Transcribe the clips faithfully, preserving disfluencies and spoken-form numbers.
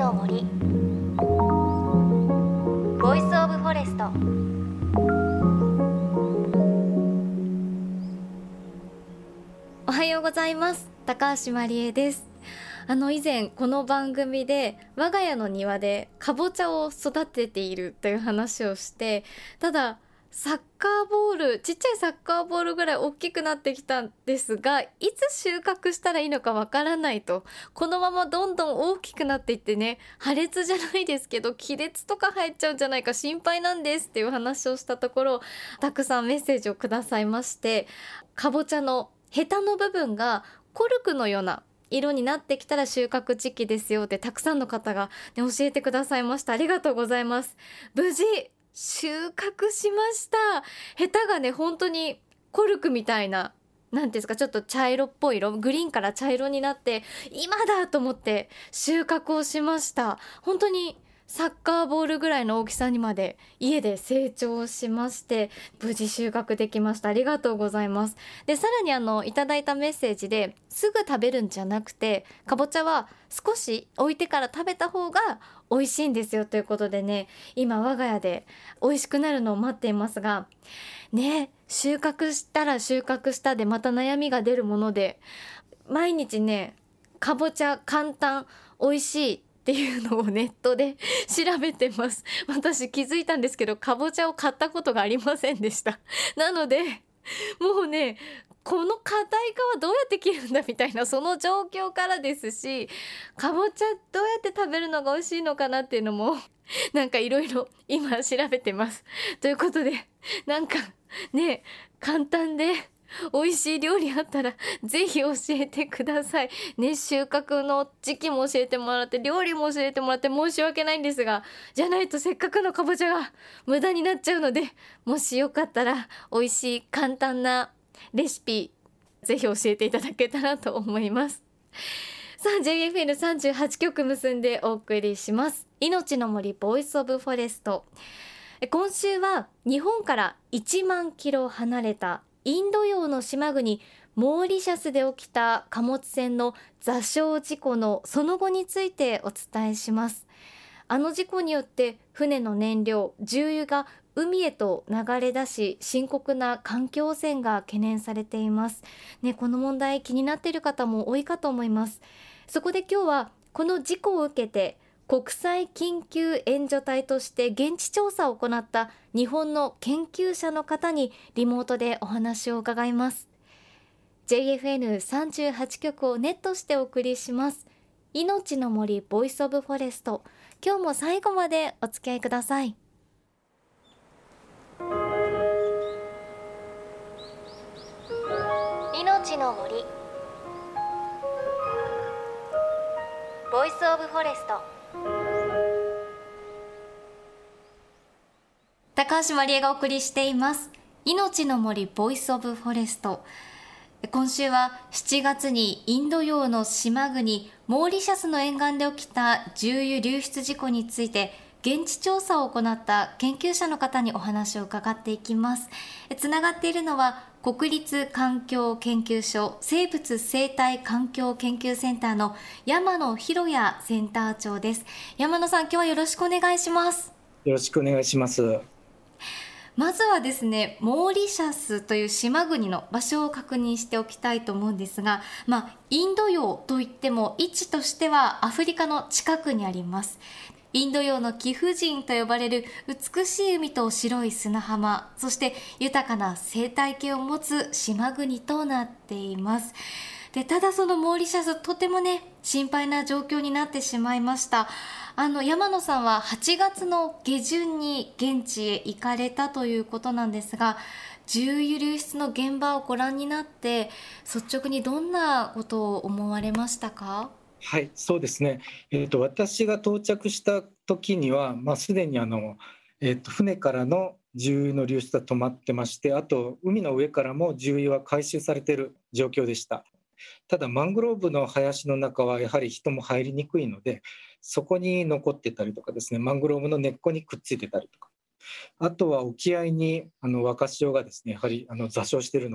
の森ボイスオブフォレスト。おはようございます。高橋まりえです。あの以前この番組で我が家の庭でかぼちゃを育てているという話をして、ただサッカーボールちっちゃいサッカーボールぐらい大きくなってきたんですが、いつ収穫したらいいのかわからないと、このままどんどん大きくなっていってね、破裂じゃないですけど亀裂とか入っちゃうんじゃないか心配なんですっていう話をしたところ、たくさんメッセージをくださいまして、かぼちゃのヘタの部分がコルクのような色になってきたら収穫時期ですよってたくさんの方が、ね、教えてくださいました。ありがとうございます。無事収穫しました。ヘタがね本当にコルクみたいな、なんていうんですか、ちょっと茶色っぽい色、グリーンから茶色になって、今だと思って収穫をしました。本当にサッカーボールぐらいの大きさにまで家で成長しまして、無事収穫できました。ありがとうございます。でさらにあのいただいたメッセージで、すぐ食べるんじゃなくてかぼちゃは少し置いてから食べた方が美味しいんですよということでね、今我が家で美味しくなるのを待っていますがね、収穫したら収穫したでまた悩みが出るもので、毎日ねかぼちゃ簡単美味しいっていうのをネットで調べてます。私気づいたんですけど、かぼちゃを買ったことがありませんでした。なのでもうね、この硬い皮どうやって切るんだみたいな、その状況からですし、かぼちゃどうやって食べるのが美味しいのかなっていうのもなんかいろいろ今調べてます。ということで、なんかね簡単で美味しい料理あったらぜひ教えてくださいね。収穫の時期も教えてもらって、料理も教えてもらって申し訳ないんですが、じゃないとせっかくのかぼちゃが無駄になっちゃうので、もしよかったら美味しい簡単なレシピぜひ教えていただけたらと思います。さあ ジェイエフエヌさんじゅうはち 曲結んでお送りします。命の森ボイスオブフォレスト。今週は日本からいちまんキロ離れたインド洋の島国モーリシャスで起きた貨物船の座礁事故のその後についてお伝えします。あの事故によって船の燃料重油が海へと流れ出し、深刻な環境汚染が懸念されています、ね、この問題気になっている方も多いかと思います。そこで今日はこの事故を受けて国際緊急援助隊として現地調査を行った日本の研究者の方にリモートでお話を伺います。 ジェイエフエヌさんじゅうはち 局をネットしてお送りします命の森ボイスオブフォレスト。今日も最後までお付き合いください。命の森ボイスオブフォレスト。高橋まりえがお送りしています命の森ボイスオブフォレスト。今週はしちがつにインド洋の島国モーリシャスの沿岸で起きた重油流出事故について現地調査を行った研究者の方にお話を伺っていきます。つながっているのは国立環境研究所生物生態環境研究センターの山野博也センター長です。山野さん、今日はよろしくお願いします。 よろしくお願いします。 まずはですね、モーリシャスという島国の場所を確認しておきたいと思うんですが、まあ、インド洋といっても位置としてはアフリカの近くにあります。インド洋の貴婦人と呼ばれる美しい海と白い砂浜、そして豊かな生態系を持つ島国となっています。でただそのモーリシャス、とてもね心配な状況になってしまいました。あの山野さんははちがつの下旬に現地へ行かれたということなんですが、重油流出の現場をご覧になって率直にどんなことを思われましたか？ はい、そうですね、えー、と私が到着した時には、まあ、すでにあの、えー、と船からの重油の流出が止まってまして、あと海の上からも重油は回収されている状況でした。ただマングローブの林の中はやはり人も入りにくいので、そこに残ってたりとかですね、マングローブの根っこにくっついてたりとか、あとは沖合にあの若潮がですね、やはりあの座礁しているのが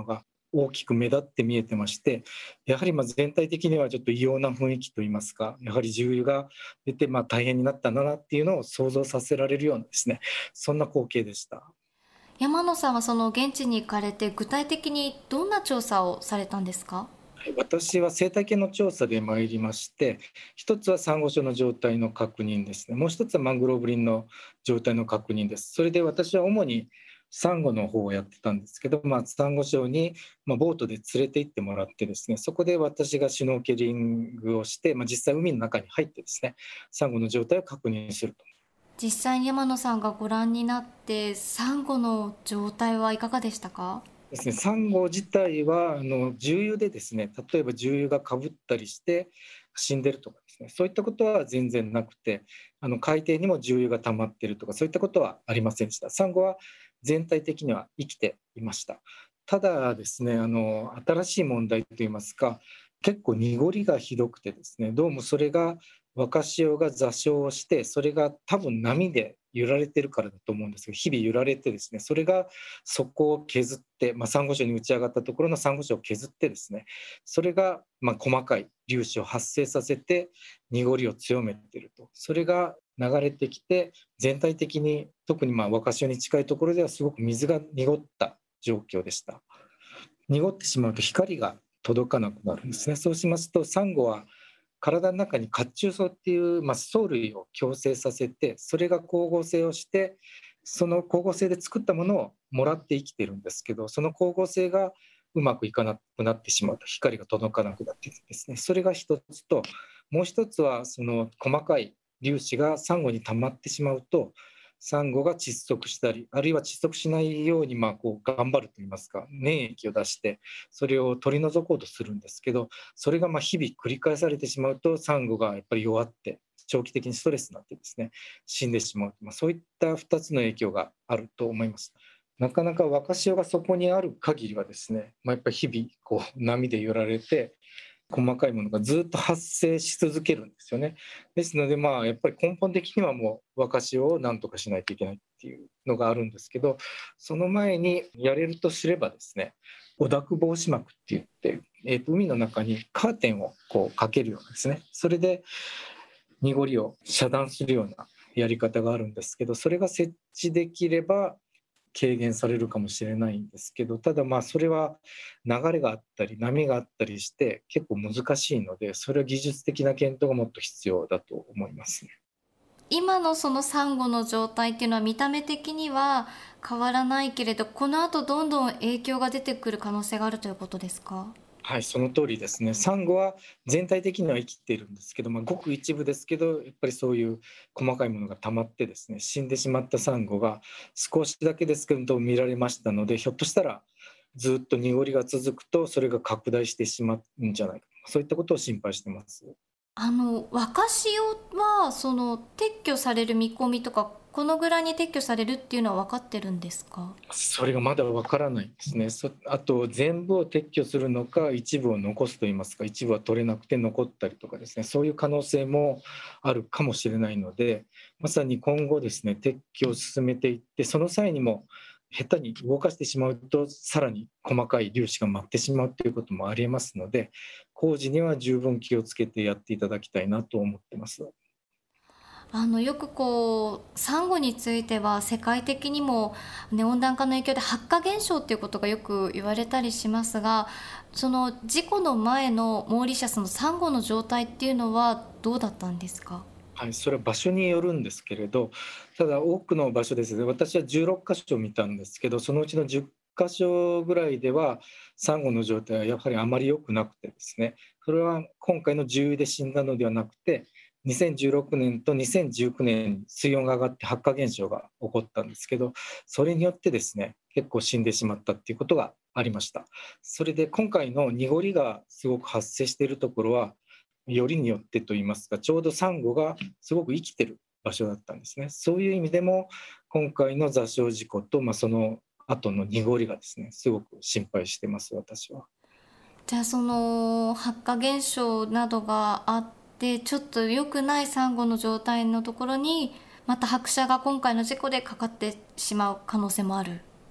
大きく目立って見えてまして、やはりまあ全体的にはちょっと異様な雰囲気といいますか、やはり重油が出てまあ大変になったんだなっていうのを想像させられるようなですね、そんな光景でした。 山野さんはその現地に行かれて具体的にどんな調査をされたんですか？ はい、私は生態系の調査で参りまして、一つはサンゴ礁の状態の確認ですね、もう一つはマングローブ林の状態の確認です。それで私は主にサンゴの方をやってたんですけど、まあ、サンゴ礁に、まあ、ボートで連れて行ってもらってですね、そこで私がシュノーケリングをして、まあ、実際海の中に入ってですね、サンゴの状態を確認すると。 実際に山野さんがご覧になってサンゴの状態はいかがでしたか？ ですね、サンゴ自体はあの重油でですね、例えば重油がかぶったりして死んでるとかですね、そういったことは全然なくて、あの海底にも重油が溜まってるとか、そういったことはありませんでした。サンゴは全体的には生きていました。ただですね、あの新しい問題といいますか、結構濁りがひどくてですね、どうもそれが若潮が座礁をして、それが多分波で揺られてるからだと思うんですけど、日々揺られてですね、それが底を削って、まあ、サンゴ礁に打ち上がったところのサンゴ礁を削ってですね、それがまあ細かい粒子を発生させて濁りを強めていると。それが流れてきて、全体的に特にまあ若潮に近いところではすごく水が濁った状況でした。濁ってしまうと光が届かなくなるんですね。そうしますとサンゴは体の中に褐虫藻っていう、まあ、藻類を共生させて、それが光合成をして、その光合成で作ったものをもらって生きてるんですけど、その光合成がうまくいかなくなってしまうと、光が届かなくなってですね、それが一つと、もう一つはその細かい粒子がサンゴに溜まってしまうと、サンゴが窒息したり、あるいは窒息しないようにまあこう頑張るといいますか、粘液を出してそれを取り除こうとするんですけど、それがまあ日々繰り返されてしまうと、サンゴがやっぱり弱って長期的にストレスになってですね、死んでしまう、まあ、そういったふたつの影響があると思います。なかなか若潮がそこにある限りはですね、まあ、やっぱり日々こう波で揺られて細かいものがずっと発生し続けるんですよね。ですので、まあ、やっぱり根本的にはもう若潮をなんとかしないといけないっていうのがあるんですけど、その前にやれるとすればですね、汚濁防止膜って言って、えーと、海の中にカーテンをこうかけるようなですね、それで濁りを遮断するようなやり方があるんですけど、それが設置できれば軽減されるかもしれないんですけど、ただまあそれは流れがあったり波があったりして結構難しいので、それは技術的な検討がもっと必要だと思いますね。 今のそのサンゴの状態っていうのは見た目的には変わらないけれど、この後どんどん影響が出てくる可能性があるということですか？ はい、その通りですね。サンゴは全体的には生きているんですけど、まあ、ごく一部ですけど、やっぱりそういう細かいものが溜まってですね、死んでしまったサンゴが少しだけですけど見られましたので、ひょっとしたらずっと濁りが続くと、それが拡大してしまうんじゃないか、そういったことを心配してます。 あの若潮はその撤去される見込みとか、このぐらいに撤去されるっていうのは分かってるんですか？ それがまだわからないんですね。そあと全部を撤去するのか、一部を残すといいますか、一部は取れなくて残ったりとかですね、そういう可能性もあるかもしれないので、まさに今後ですね、撤去を進めていって、その際にも下手に動かしてしまうと、さらに細かい粒子が舞ってしまうということもありえますので、工事には十分気をつけてやっていただきたいなと思ってます。 あのよくこうサンゴについては世界的にも、ね、温暖化の影響で白化現象っていうことがよく言われたりしますが、その事故の前のモーリシャスのサンゴの状態っていうのはどうだったんですか？ はい、それは場所によるんですけれど、ただ多くの場所ですね、私はじゅうろっかしょ見たんですけど、そのうちのじゅっかしょぐらいでは、サンゴの状態はやはりあまり良くなくてですね、それは今回の重油で死んだのではなくて、にせんじゅうろくねんとにせんじゅうきゅうねんに水温が上がって白化現象が起こったんですけど、それによってですね、結構死んでしまったっていうことがありました。それで今回の濁りがすごく発生しているところは、よりによってといいますか、ちょうどサンゴがすごく生きてる場所だったんですね。そういう意味でも今回の座礁事故と、まあ、その後の濁りがですね、すごく心配してます、私は。 じゃあその白化現象などがあってちょっと良くないサンゴの状態のところにまた白砂が今回の事故でかかってしまう可能性もある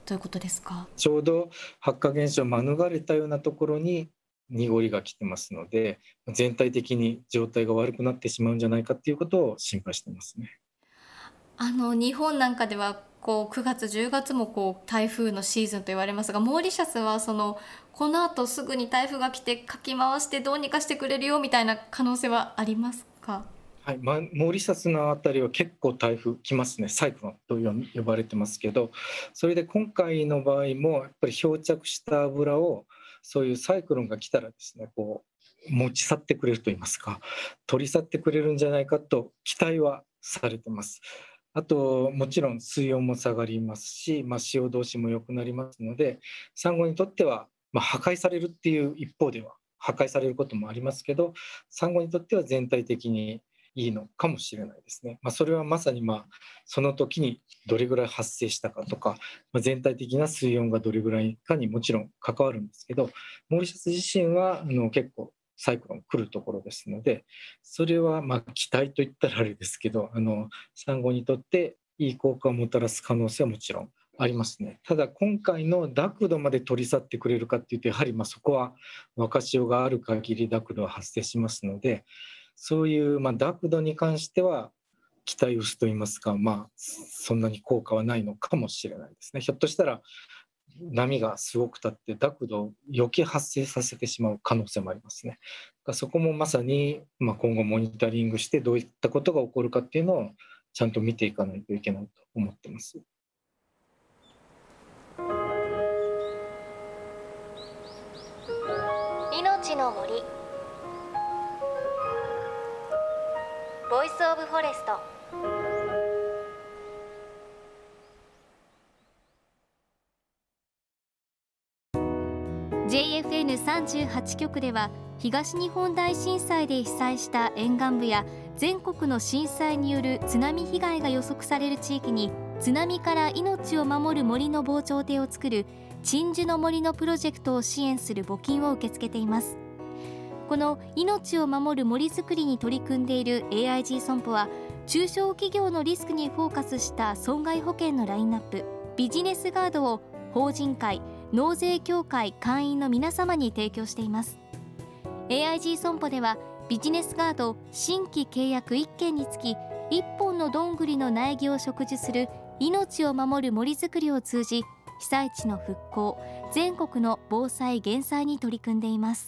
ということですか？ ちょうど白化現象を免れたようなところに濁りが来てますので、全体的に状態が悪くなってしまうんじゃないかっていうことを心配してますね。 あの日本なんかではこうくがつじゅうがつもこう台風のシーズンと言われますが、モーリシャスはそのこの後すぐに台風が来てかき回してどうにかしてくれるよみたいな可能性はありますか？ はい、まあ、モーリシャスのあたりは結構台風来ますね。サイクロンと呼呼ばれてますけど、それで今回の場合もやっぱり漂着した油をそういうサイクロンが来たらですね、こう持ち去ってくれると言いますか、取り去ってくれるんじゃないかと期待はされてます。あともちろん水温も下がりますし、まあ、潮通しも良くなりますので、サンゴにとっては、まあ、破壊されるっていう一方では破壊されることもありますけど、サンゴにとっては全体的にいいのかもしれないですね。まあ、それはまさに、まあ、その時にどれぐらい発生したかとか、まあ、全体的な水温がどれぐらいかにもちろん関わるんですけど、モーリシャス自身はあの結構サイクロン来るところですので、それはまあ期待といったらあれですけど、あのサンゴにとっていい効果をもたらす可能性はもちろんありますね。ただ今回の濁度まで取り去ってくれるかっていうと、やはりまあそこは若潮がある限り濁度は発生しますので、そういうまあ濁度に関しては期待薄と言いますか、まあ、そんなに効果はないのかもしれないですね。ひょっとしたら波がすごく立って濁度を余計発生させてしまう可能性もありますね。だからそこもまさに、まあ、今後モニタリングしてどういったことが起こるかっていうのをちゃんと見ていかないといけないと思ってます。 命の森ボイスオブフォレスト。ジェイエフエヌさんじゅうはち 局では東日本大震災で被災した沿岸部や全国の震災による津波被害が予測される地域に津波から命を守る森の防潮堤を作る鎮守の森のプロジェクトを支援する募金を受け付けています。この命を守る森づくりに取り組んでいる エーアイジー 損保は中小企業のリスクにフォーカスした損害保険のラインナップビジネスガードを法人会納税協会会員の皆様に提供しています。 エーアイジー 損保ではビジネスガード新規契約いっけんにつきいっぽんのどんぐりの苗木を植樹する命を守る森づくりを通じ被災地の復興全国の防災減災に取り組んでいます。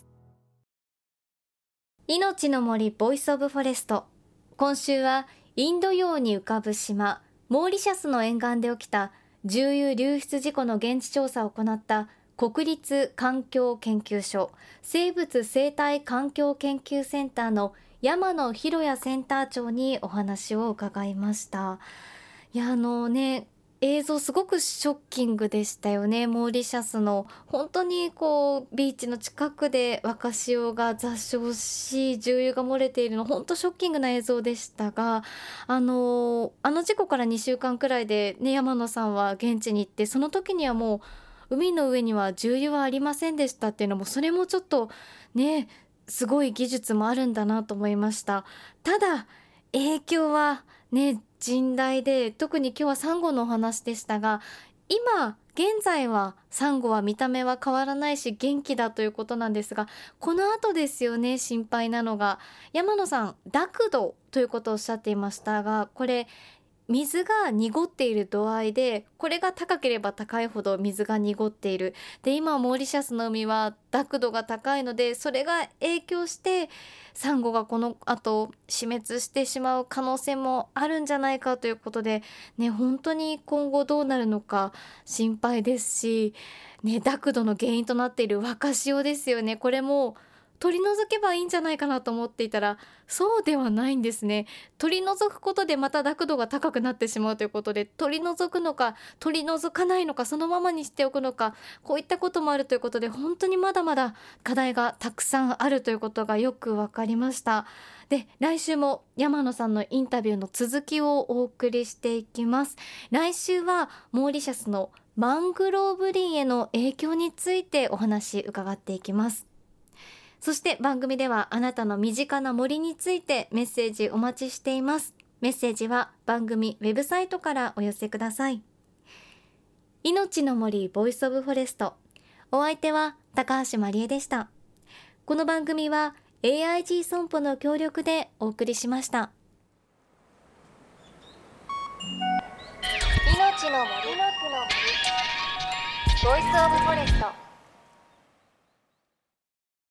命の森ボイスオブフォレスト。今週はインド洋に浮かぶ島モーリシャスの沿岸で起きた重油流出事故の現地調査を行った国立環境研究所生物生態環境研究センターの山野博也センター長にお話を伺いました。いやあのね映像すごくショッキングでしたよね。モーリシャスの本当にこうビーチの近くで若潮が座礁し重油が漏れているの本当ショッキングな映像でしたが、あのあの事故からにしゅうかんくらいで、ね、山野さんは現地に行ってその時にはもう海の上には重油はありませんでしたっていうのもそれもちょっとねすごい技術もあるんだなと思いました。ただ影響はね甚大で、特に今日はサンゴのお話でしたが、今現在はサンゴは見た目は変わらないし元気だということなんですが、この後ですよね心配なのが。山野さん濁度ということをおっしゃっていましたが、これ水が濁っている度合いで、これが高ければ高いほど水が濁っている。で今モーリシャスの海は濁度が高いので、それが影響してサンゴがこの後死滅してしまう可能性もあるんじゃないかということでね、本当に今後どうなるのか心配ですし、ね、濁度の原因となっている若潮ですよね。これも取り除けばいいんじゃないかなと思っていたらそうではないんですね。取り除くことでまた濁度が高くなってしまうということで、取り除くのか取り除かないのかそのままにしておくのか、こういったこともあるということで本当にまだまだ課題がたくさんあるということがよく分かりました。で来週も山野さんのインタビューの続きをお送りしていきます。来週はモーリシャスのマングローブ林への影響についてお話伺っていきます。そして番組ではあなたの身近な森についてメッセージお待ちしています。メッセージは番組ウェブサイトからお寄せください。 命の森ボイスオブフォレスト。お相手は高橋まりえでした。この番組は エーアイジー 損保の協力でお送りしました。命の森ボイスオブフォレスト。